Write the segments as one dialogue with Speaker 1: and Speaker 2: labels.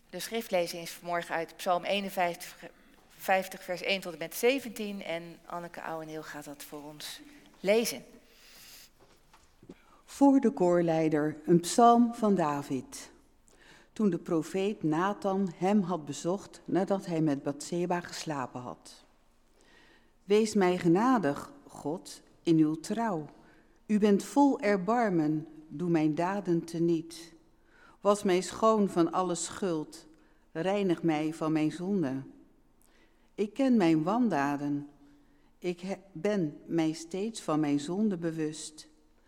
Speaker 1: De schriftlezing is vanmorgen uit Psalm 51, vers 1 tot en met 17. En Anneke Ouweneel gaat dat voor ons lezen.
Speaker 2: Voor de koorleider, een psalm van David. Toen de profeet Nathan hem had bezocht nadat hij met Batseba geslapen had. Wees mij genadig, God, in uw trouw. U bent vol erbarmen, doe mijn daden teniet. Was mij schoon van alle schuld, reinig mij van mijn zonde. Ik ken mijn wandaden, ik ben mij steeds van mijn zonde bewust.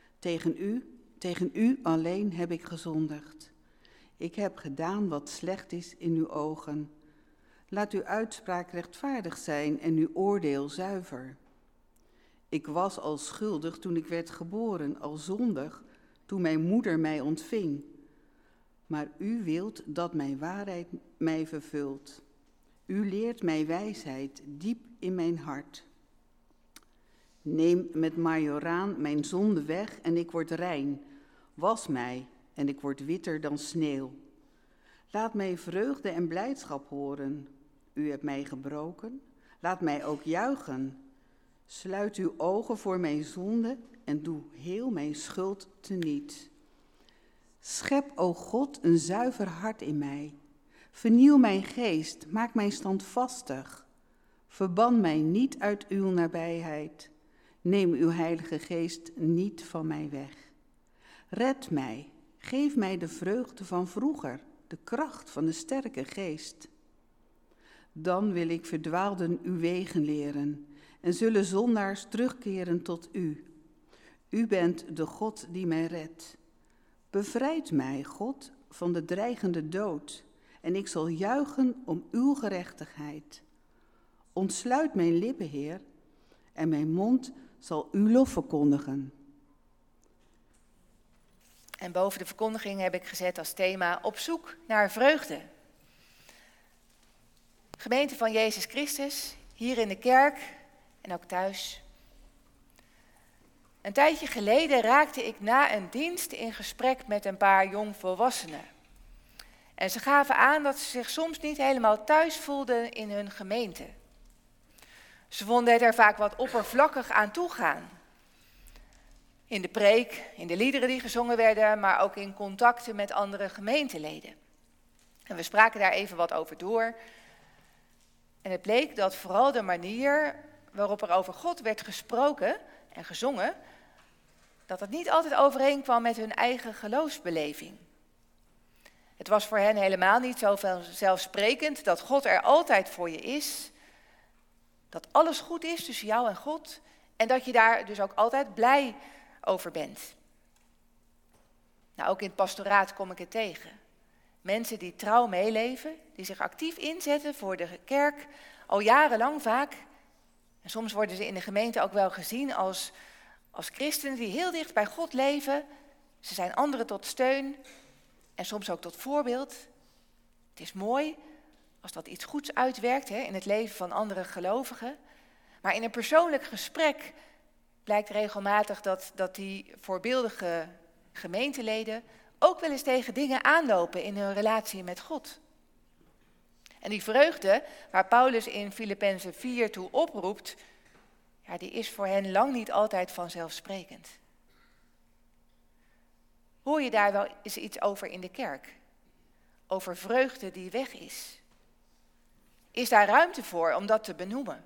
Speaker 2: Tegen u alleen heb ik gezondigd. Ik heb gedaan wat slecht is in uw ogen. Laat uw uitspraak rechtvaardig zijn en uw oordeel zuiver. Ik was al schuldig toen ik werd geboren, al zondig toen mijn moeder mij ontving. Maar u wilt dat mijn waarheid mij vervult. U leert mij wijsheid diep in mijn hart. Neem met majoraan mijn zonde weg en ik word rein. Was mij en ik word witter dan sneeuw. Laat mij vreugde en blijdschap horen. U hebt mij gebroken, laat mij ook juichen. Sluit uw ogen voor mijn zonde en doe heel mijn schuld teniet. Schep, o God, een zuiver hart in mij. Vernieuw mijn geest, maak mij standvastig. Verban mij niet uit uw nabijheid. Neem uw heilige geest niet van mij weg. Red mij, geef mij de vreugde van vroeger, de kracht van de sterke geest. Dan wil ik verdwaalden uw wegen leren en zullen zondaars terugkeren tot u. U bent de God die mij redt. Bevrijd mij, God, van de dreigende dood en ik zal juichen om uw gerechtigheid. Ontsluit mijn lippen, Heer, en mijn mond zal uw lof verkondigen.
Speaker 1: En boven de verkondiging heb ik gezet als thema op zoek naar vreugde. Gemeente van Jezus Christus, hier in de kerk en ook thuis. Een tijdje geleden raakte ik na een dienst in gesprek met een paar jongvolwassenen. En ze gaven aan dat ze zich soms niet helemaal thuis voelden in hun gemeente. Ze vonden het er vaak wat oppervlakkig aan toegaan. In de preek, in de liederen die gezongen werden, maar ook in contacten met andere gemeenteleden. En we spraken daar even wat over door. En het bleek dat vooral de manier waarop er over God werd gesproken en gezongen, dat het niet altijd overeenkwam met hun eigen geloofsbeleving. Het was voor hen helemaal niet zo vanzelfsprekend dat God er altijd voor je is, dat alles goed is tussen jou en God en dat je daar dus ook altijd blij over bent. Nou, ook in het pastoraat kom ik het tegen. Mensen die trouw meeleven, die zich actief inzetten voor de kerk, al jarenlang vaak. En soms worden ze in de gemeente ook wel gezien als christenen die heel dicht bij God leven. Ze zijn anderen tot steun en soms ook tot voorbeeld. Het is mooi als dat iets goeds uitwerkt in het leven van andere gelovigen. Maar in een persoonlijk gesprek blijkt regelmatig dat die voorbeeldige gemeenteleden ook wel eens tegen dingen aanlopen in hun relatie met God. En die vreugde waar Paulus in Filippenzen 4 toe oproept, ja, die is voor hen lang niet altijd vanzelfsprekend. Hoor je daar wel eens iets over in de kerk? Over vreugde die weg is? Is daar ruimte voor om dat te benoemen?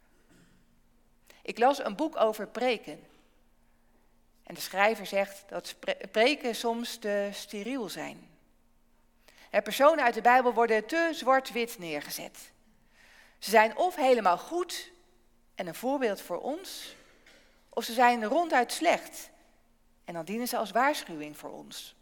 Speaker 1: Ik las een boek over preken. En de schrijver zegt dat preken soms te steriel zijn. Personen uit de Bijbel worden te zwart-wit neergezet. Ze zijn of helemaal goed en een voorbeeld voor ons, of ze zijn ronduit slecht en dan dienen ze als waarschuwing voor ons.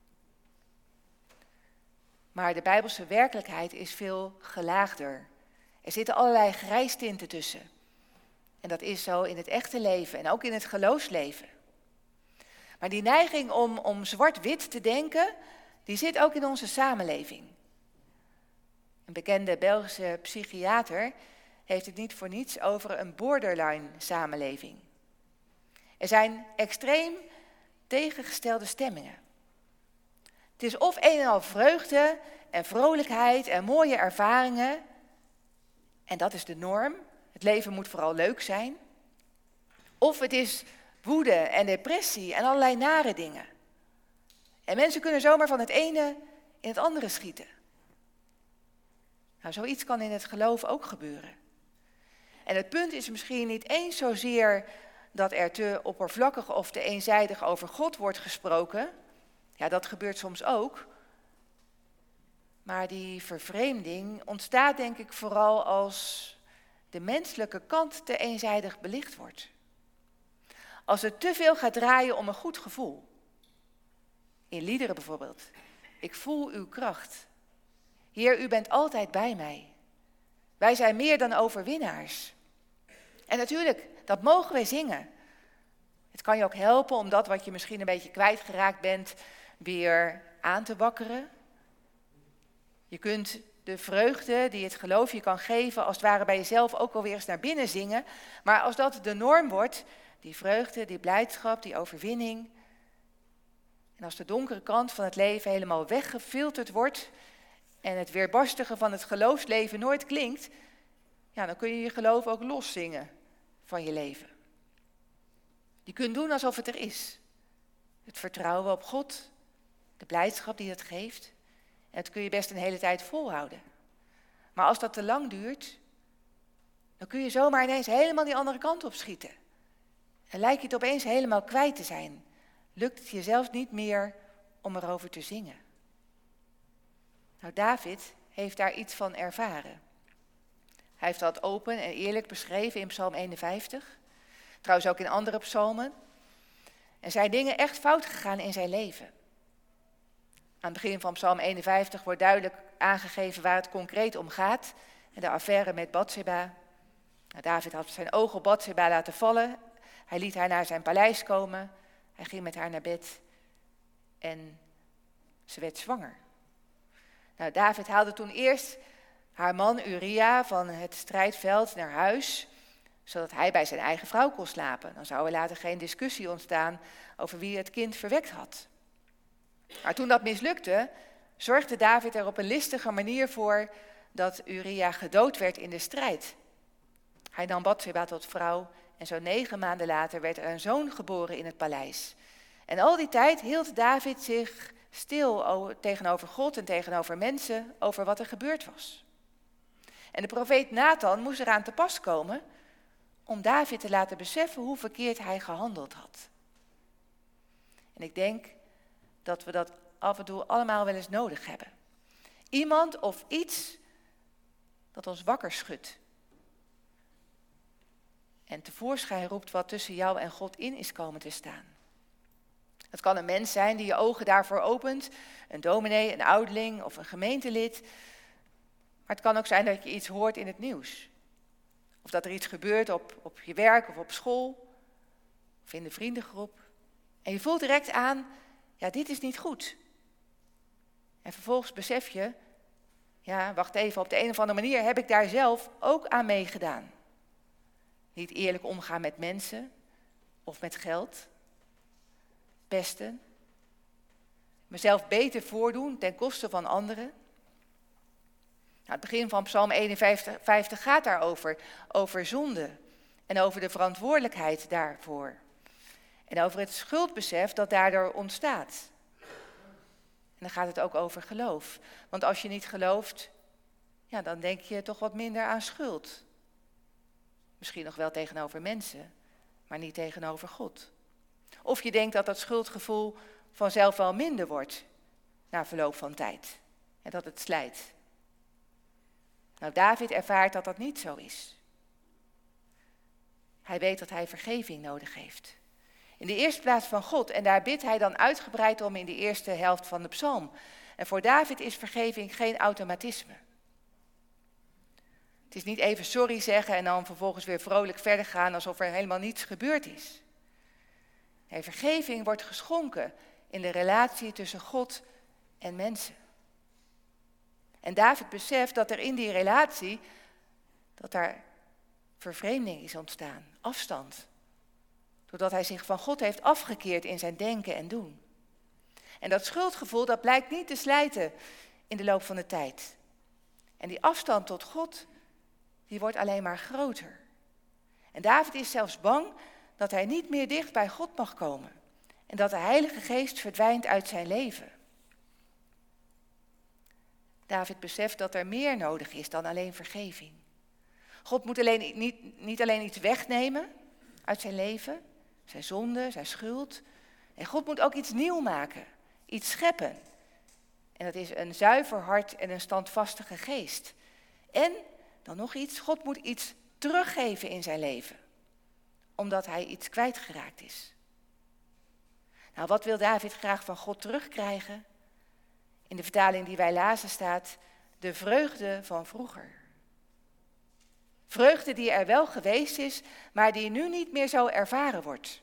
Speaker 1: Maar de Bijbelse werkelijkheid is veel gelaagder. Er zitten allerlei grijstinten tussen. En dat is zo in het echte leven en ook in het geloofsleven. Maar die neiging om zwart-wit te denken, die zit ook in onze samenleving. Een bekende Belgische psychiater heeft het niet voor niets over een borderline samenleving. Er zijn extreem tegengestelde stemmingen. Het is of een en al vreugde en vrolijkheid en mooie ervaringen. En dat is de norm. Het leven moet vooral leuk zijn. Of het is woede en depressie en allerlei nare dingen. En mensen kunnen zomaar van het ene in het andere schieten. Nou, zoiets kan in het geloof ook gebeuren. En het punt is misschien niet eens zozeer dat er te oppervlakkig of te eenzijdig over God wordt gesproken. Ja, dat gebeurt soms ook. Maar die vervreemding ontstaat denk ik vooral als de menselijke kant te eenzijdig belicht wordt. Als het te veel gaat draaien om een goed gevoel. In liederen bijvoorbeeld. Ik voel uw kracht. Heer, u bent altijd bij mij. Wij zijn meer dan overwinnaars. En natuurlijk, dat mogen wij zingen. Het kan je ook helpen om dat wat je misschien een beetje kwijtgeraakt bent weer aan te wakkeren. Je kunt de vreugde die het geloof je kan geven als het ware bij jezelf ook alweer eens naar binnen zingen. Maar als dat de norm wordt, die vreugde, die blijdschap, die overwinning. En als de donkere kant van het leven helemaal weggefilterd wordt en het weerbarstige van het geloofsleven nooit klinkt, ja, dan kun je je geloof ook loszingen van je leven. Je kunt doen alsof het er is. Het vertrouwen op God, de blijdschap die het geeft. En dat kun je best een hele tijd volhouden. Maar als dat te lang duurt, dan kun je zomaar ineens helemaal die andere kant op schieten. En lijkt je het opeens helemaal kwijt te zijn. Lukt het je zelfs niet meer om erover te zingen. Nou, David heeft daar iets van ervaren. Hij heeft dat open en eerlijk beschreven in Psalm 51. Trouwens ook in andere psalmen. En zijn dingen echt fout gegaan in zijn leven. Aan het begin van Psalm 51 wordt duidelijk aangegeven waar het concreet om gaat. En de affaire met Batseba. Nou, David had zijn oog op Batseba laten vallen. Hij liet haar naar zijn paleis komen. Hij ging met haar naar bed. En ze werd zwanger. Nou, David haalde toen eerst haar man Uria van het strijdveld naar huis, zodat hij bij zijn eigen vrouw kon slapen. Dan zou er later geen discussie ontstaan over wie het kind verwekt had. Maar toen dat mislukte, zorgde David er op een listige manier voor dat Uria gedood werd in de strijd. Hij nam Batseba tot vrouw en zo 9 maanden later werd er een zoon geboren in het paleis. En al die tijd hield David zich stil tegenover God en tegenover mensen over wat er gebeurd was. En de profeet Nathan moest eraan te pas komen om David te laten beseffen hoe verkeerd hij gehandeld had. En ik denk dat we dat af en toe allemaal wel eens nodig hebben. Iemand of iets dat ons wakker schudt. En tevoorschijn roept wat tussen jou en God in is komen te staan. Het kan een mens zijn die je ogen daarvoor opent, een dominee, een ouderling of een gemeentelid. Maar het kan ook zijn dat je iets hoort in het nieuws. Of dat er iets gebeurt op je werk of op school of in de vriendengroep. En je voelt direct aan, ja, dit is niet goed. En vervolgens besef je, ja, wacht even, op de een of andere manier heb ik daar zelf ook aan meegedaan. Niet eerlijk omgaan met mensen of met geld. Pesten. Mezelf beter voordoen ten koste van anderen. Nou, het begin van Psalm 51 gaat daarover. Over zonde en over de verantwoordelijkheid daarvoor. En over het schuldbesef dat daardoor ontstaat. En dan gaat het ook over geloof. Want als je niet gelooft, ja, dan denk je toch wat minder aan schuld. Misschien nog wel tegenover mensen, maar niet tegenover God. Of je denkt dat dat schuldgevoel vanzelf wel minder wordt na verloop van tijd. En dat het slijt. Nou, David ervaart dat dat niet zo is. Hij weet dat hij vergeving nodig heeft. In de eerste plaats van God. En daar bidt hij dan uitgebreid om in de eerste helft van de psalm. En voor David is vergeving geen automatisme. Het is niet even sorry zeggen en dan vervolgens weer vrolijk verder gaan alsof er helemaal niets gebeurd is. Nee, vergeving wordt geschonken in de relatie tussen God en mensen. En David beseft dat er in die relatie, dat daar vervreemding is ontstaan, afstand. Doordat hij zich van God heeft afgekeerd in zijn denken en doen. En dat schuldgevoel, dat blijkt niet te slijten in de loop van de tijd. En die afstand tot God, die wordt alleen maar groter. En David is zelfs bang dat hij niet meer dicht bij God mag komen. En dat de Heilige Geest verdwijnt uit zijn leven. David beseft dat er meer nodig is dan alleen vergeving. God moet niet alleen iets wegnemen uit zijn leven, zijn zonde, zijn schuld. En God moet ook iets nieuw maken, iets scheppen. En dat is een zuiver hart en een standvastige geest. En, dan nog iets, God moet iets teruggeven in zijn leven. Omdat hij iets kwijtgeraakt is. Nou, wat wil David graag van God terugkrijgen? In de vertaling die wij lazen staat, de vreugde van vroeger. Vreugde die er wel geweest is, maar die nu niet meer zo ervaren wordt.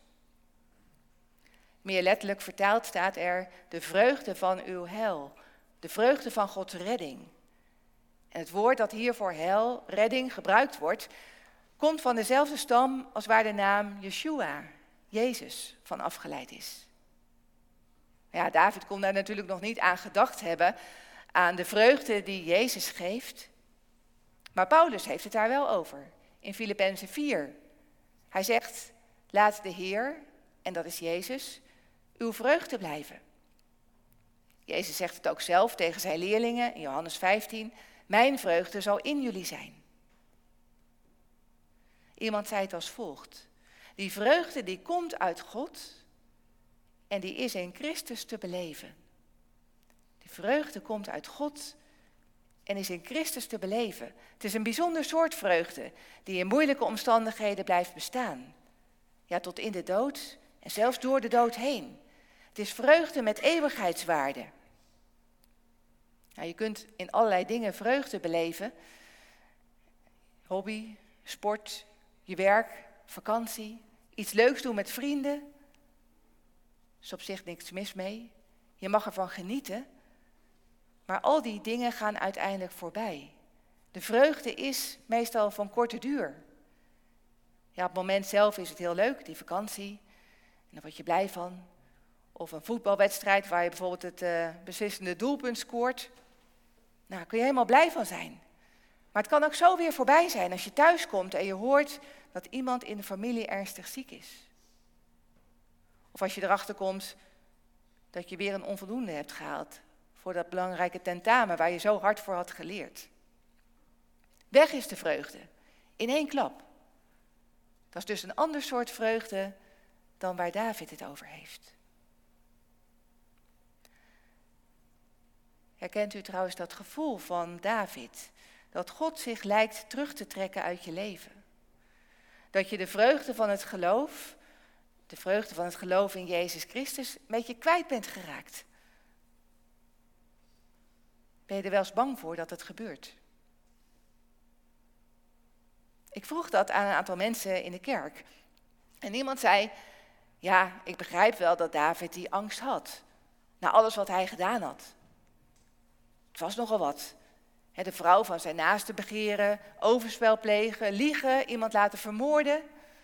Speaker 1: Meer letterlijk vertaald staat er de vreugde van uw heil, de vreugde van Gods redding. En het woord dat hier voor heil, redding, gebruikt wordt, komt van dezelfde stam als waar de naam Yeshua, Jezus, van afgeleid is. Ja, David kon daar natuurlijk nog niet aan gedacht hebben, aan de vreugde die Jezus geeft. Maar Paulus heeft het daar wel over, in Filippenzen 4. Hij zegt, laat de Heer, en dat is Jezus, uw vreugde blijven. Jezus zegt het ook zelf tegen zijn leerlingen in Johannes 15, mijn vreugde zal in jullie zijn. Iemand zei het als volgt, die vreugde die komt uit God en die is in Christus te beleven. Die vreugde komt uit God en is in Christus te beleven. Het is een bijzonder soort vreugde die in moeilijke omstandigheden blijft bestaan. Ja, tot in de dood en zelfs door de dood heen. Het is vreugde met eeuwigheidswaarde. Nou, je kunt in allerlei dingen vreugde beleven. Hobby, sport, je werk, vakantie, iets leuks doen met vrienden. Er is op zich niks mis mee. Je mag ervan genieten. Maar al die dingen gaan uiteindelijk voorbij. De vreugde is meestal van korte duur. Ja, op het moment zelf is het heel leuk, die vakantie. En daar word je blij van. Of een voetbalwedstrijd waar je bijvoorbeeld het beslissende doelpunt scoort. Nou, daar kun je helemaal blij van zijn. Maar het kan ook zo weer voorbij zijn als je thuis komt en je hoort dat iemand in de familie ernstig ziek is. Of als je erachter komt dat je weer een onvoldoende hebt gehaald voor dat belangrijke tentamen waar je zo hard voor had geleerd. Weg is de vreugde, in één klap. Dat is dus een ander soort vreugde dan waar David het over heeft. Herkent u trouwens dat gevoel van David, dat God zich lijkt terug te trekken uit je leven? Dat je de vreugde van het geloof in Jezus Christus een beetje kwijt bent geraakt. Ben je er wel eens bang voor dat het gebeurt? Ik vroeg dat aan een aantal mensen in de kerk. En iemand zei, ja, ik begrijp wel dat David die angst had. Na alles wat hij gedaan had. Het was nogal wat. De vrouw van zijn naaste begeren, overspel plegen, liegen, iemand laten vermoorden.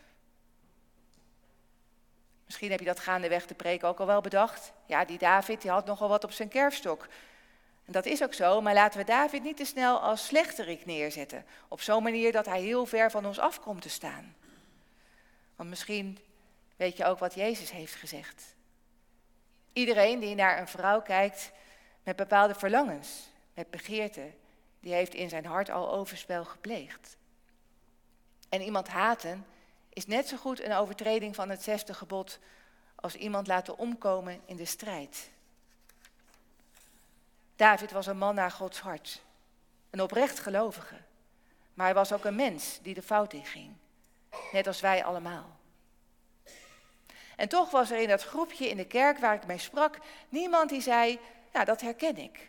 Speaker 1: Misschien heb je dat gaandeweg de preek ook al wel bedacht. Ja, die David die had nogal wat op zijn kerfstok. En dat is ook zo, maar laten we David niet te snel als slechterik neerzetten. Op zo'n manier dat hij heel ver van ons af komt te staan. Want misschien weet je ook wat Jezus heeft gezegd. Iedereen die naar een vrouw kijkt met bepaalde verlangens, met begeerten, die heeft in zijn hart al overspel gepleegd. En iemand haten is net zo goed een overtreding van het 6e gebod als iemand laten omkomen in de strijd. David was een man naar Gods hart, een oprecht gelovige. Maar hij was ook een mens die de fout inging, net als wij allemaal. En toch was er in dat groepje in de kerk waar ik mee sprak, niemand die zei, ja, dat herken ik.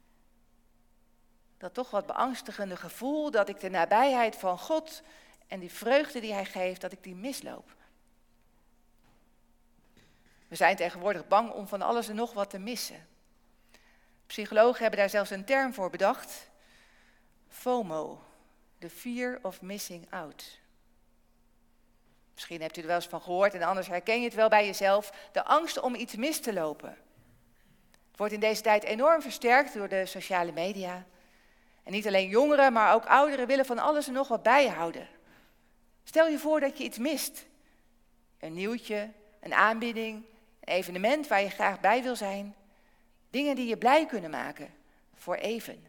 Speaker 1: Dat toch wat beangstigende gevoel dat ik de nabijheid van God en die vreugde die hij geeft, dat ik die misloop. We zijn tegenwoordig bang om van alles en nog wat te missen. Psychologen hebben daar zelfs een term voor bedacht. FOMO, the fear of missing out. Misschien hebt u er wel eens van gehoord en anders herken je het wel bij jezelf. De angst om iets mis te lopen. Het wordt in deze tijd enorm versterkt door de sociale media. En niet alleen jongeren, maar ook ouderen willen van alles en nog wat bijhouden. Stel je voor dat je iets mist. Een nieuwtje, een aanbieding, een evenement waar je graag bij wil zijn. Dingen die je blij kunnen maken, voor even.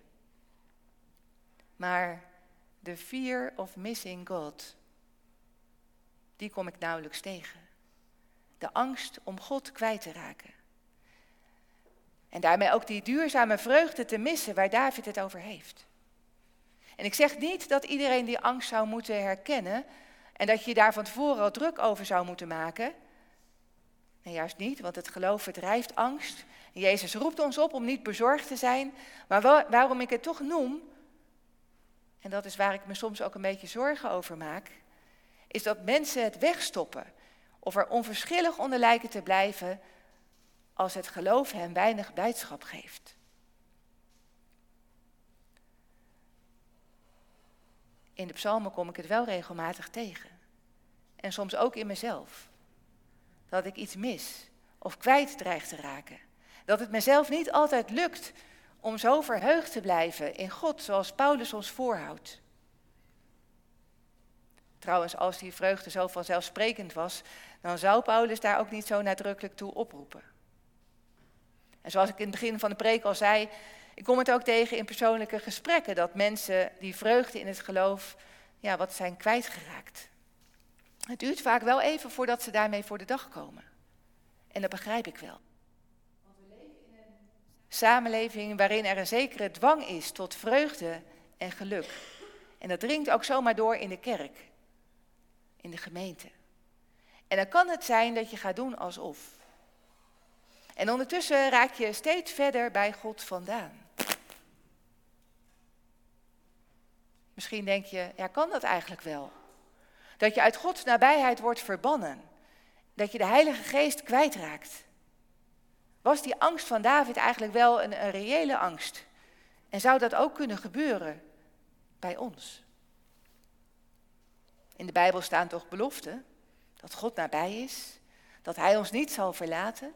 Speaker 1: Maar de fear of missing God, die kom ik nauwelijks tegen. De angst om God kwijt te raken. En daarmee ook die duurzame vreugde te missen waar David het over heeft. En ik zeg niet dat iedereen die angst zou moeten herkennen en dat je daar van tevoren al druk over zou moeten maken. Nee, juist niet, want het geloof verdrijft angst. En Jezus roept ons op om niet bezorgd te zijn. Maar waarom ik het toch noem, en dat is waar ik me soms ook een beetje zorgen over maak, is dat mensen het wegstoppen of er onverschillig onder lijken te blijven als het geloof hen weinig blijdschap geeft. In de psalmen kom ik het wel regelmatig tegen. En soms ook in mezelf. Dat ik iets mis of kwijt dreig te raken. Dat het mezelf niet altijd lukt om zo verheugd te blijven in God zoals Paulus ons voorhoudt. Trouwens, als die vreugde zo vanzelfsprekend was, dan zou Paulus daar ook niet zo nadrukkelijk toe oproepen. En zoals ik in het begin van de preek al zei, ik kom het ook tegen in persoonlijke gesprekken, dat mensen die vreugde in het geloof, wat zijn kwijtgeraakt. Het duurt vaak wel even voordat ze daarmee voor de dag komen. En dat begrijp ik wel. Want we leven in een samenleving waarin er een zekere dwang is tot vreugde en geluk. En dat dringt ook zomaar door in de kerk, in de gemeente. En dan kan het zijn dat je gaat doen alsof. En ondertussen raak je steeds verder bij God vandaan. Misschien denk je, kan dat eigenlijk wel? Dat je uit Gods nabijheid wordt verbannen. Dat je de Heilige Geest kwijtraakt. Was die angst van David eigenlijk wel een reële angst? En zou dat ook kunnen gebeuren bij ons? In de Bijbel staan toch beloften? Dat God nabij is? Dat Hij ons niet zal verlaten?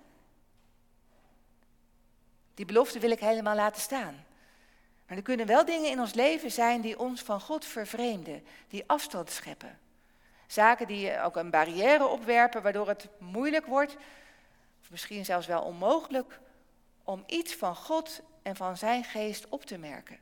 Speaker 1: Die belofte wil ik helemaal laten staan. Maar er kunnen wel dingen in ons leven zijn die ons van God vervreemden, die afstand scheppen. Zaken die ook een barrière opwerpen, waardoor het moeilijk wordt, of misschien zelfs wel onmogelijk, om iets van God en van zijn geest op te merken.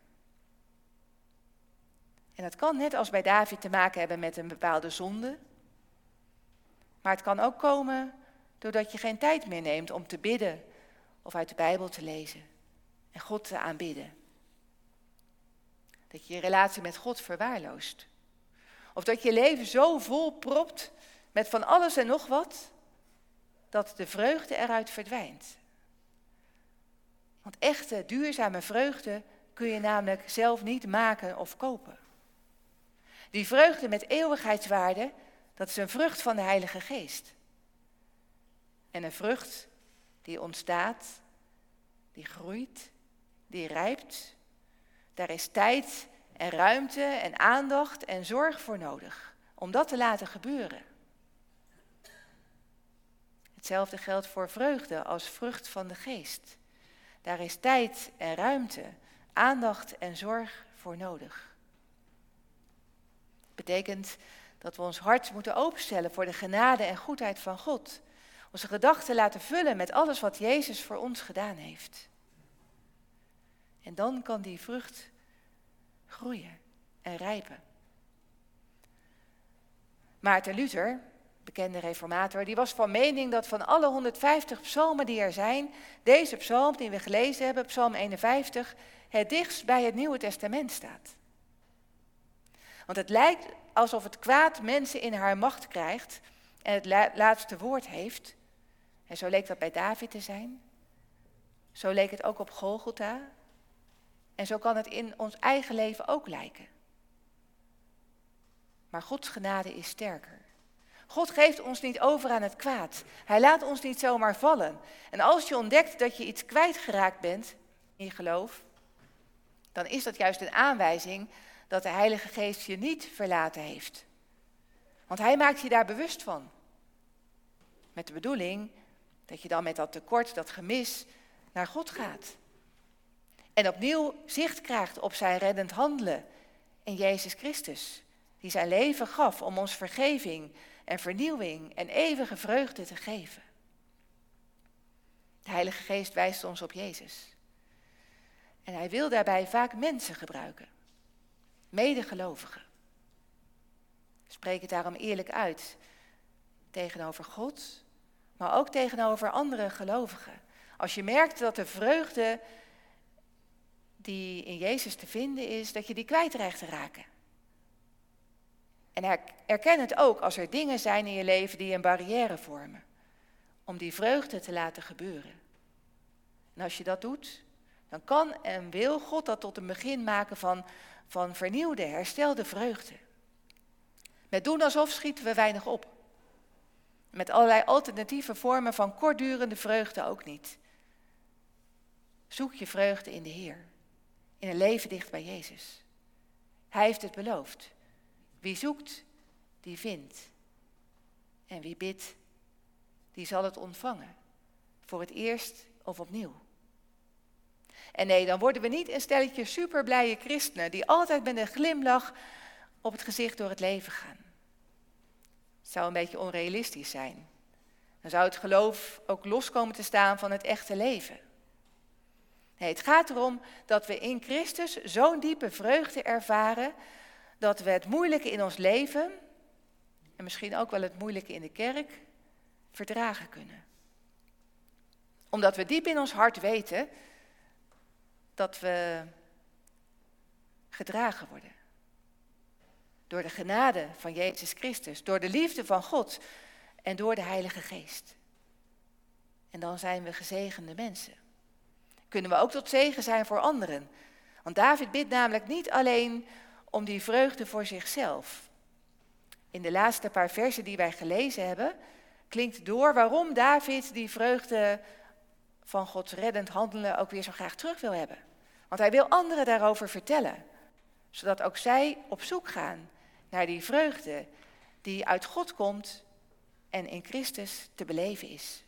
Speaker 1: En dat kan net als bij David te maken hebben met een bepaalde zonde. Maar het kan ook komen doordat je geen tijd meer neemt om te bidden of uit de Bijbel te lezen en God te aanbidden. Dat je je relatie met God verwaarloost. Of dat je leven zo vol propt met van alles en nog wat, dat de vreugde eruit verdwijnt. Want echte, duurzame vreugde kun je namelijk zelf niet maken of kopen. Die vreugde met eeuwigheidswaarde, dat is een vrucht van de Heilige Geest. En een vrucht die ontstaat, die groeit, die rijpt. Daar is tijd en ruimte en aandacht en zorg voor nodig om dat te laten gebeuren. Hetzelfde geldt voor vreugde als vrucht van de geest. Daar is tijd en ruimte, aandacht en zorg voor nodig. Dat betekent dat we ons hart moeten openstellen voor de genade en goedheid van God. Onze gedachten laten vullen met alles wat Jezus voor ons gedaan heeft. En dan kan die vrucht groeien en rijpen. Maarten Luther, bekende reformator, die was van mening dat van alle 150 psalmen die er zijn, deze psalm die we gelezen hebben, psalm 51, het dichtst bij het Nieuwe Testament staat. Want het lijkt alsof het kwaad mensen in haar macht krijgt en het laatste woord heeft. En zo leek dat bij David te zijn. Zo leek het ook op Golgotha. En zo kan het in ons eigen leven ook lijken. Maar Gods genade is sterker. God geeft ons niet over aan het kwaad. Hij laat ons niet zomaar vallen. En als je ontdekt dat je iets kwijtgeraakt bent in je geloof, dan is dat juist een aanwijzing dat de Heilige Geest je niet verlaten heeft. Want Hij maakt je daar bewust van. Met de bedoeling dat je dan met dat tekort, dat gemis, naar God gaat. En opnieuw zicht krijgt op zijn reddend handelen in Jezus Christus, die zijn leven gaf om ons vergeving en vernieuwing en eeuwige vreugde te geven. De Heilige Geest wijst ons op Jezus. En hij wil daarbij vaak mensen gebruiken, medegelovigen. Spreek het daarom eerlijk uit, tegenover God, maar ook tegenover andere gelovigen. Als je merkt dat de vreugde die in Jezus te vinden is, dat je die kwijt dreigt te raken. En erken het ook als er dingen zijn in je leven die een barrière vormen, om die vreugde te laten gebeuren. En als je dat doet, dan kan en wil God dat tot een begin maken van vernieuwde, herstelde vreugde. Met doen alsof schieten we weinig op. Met allerlei alternatieve vormen van kortdurende vreugde ook niet. Zoek je vreugde in de Heer. In een leven dicht bij Jezus. Hij heeft het beloofd. Wie zoekt, die vindt. En wie bidt, die zal het ontvangen. Voor het eerst of opnieuw. En nee, dan worden we niet een stelletje superblije christenen die altijd met een glimlach op het gezicht door het leven gaan. Het zou een beetje onrealistisch zijn. Dan zou het geloof ook los komen te staan van het echte leven. Nee, het gaat erom dat we in Christus zo'n diepe vreugde ervaren dat we het moeilijke in ons leven, en misschien ook wel het moeilijke in de kerk, verdragen kunnen. Omdat we diep in ons hart weten dat we gedragen worden. Door de genade van Jezus Christus, door de liefde van God en door de Heilige Geest. En dan zijn we gezegende mensen. Kunnen we ook tot zegen zijn voor anderen. Want David bidt namelijk niet alleen om die vreugde voor zichzelf. In de laatste paar versen die wij gelezen hebben, klinkt door waarom David die vreugde van Gods reddend handelen ook weer zo graag terug wil hebben. Want hij wil anderen daarover vertellen, zodat ook zij op zoek gaan naar die vreugde die uit God komt en in Christus te beleven is.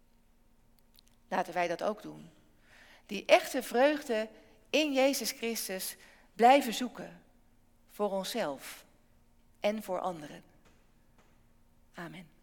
Speaker 1: Laten wij dat ook doen. Die echte vreugde in Jezus Christus blijven zoeken voor onszelf en voor anderen. Amen.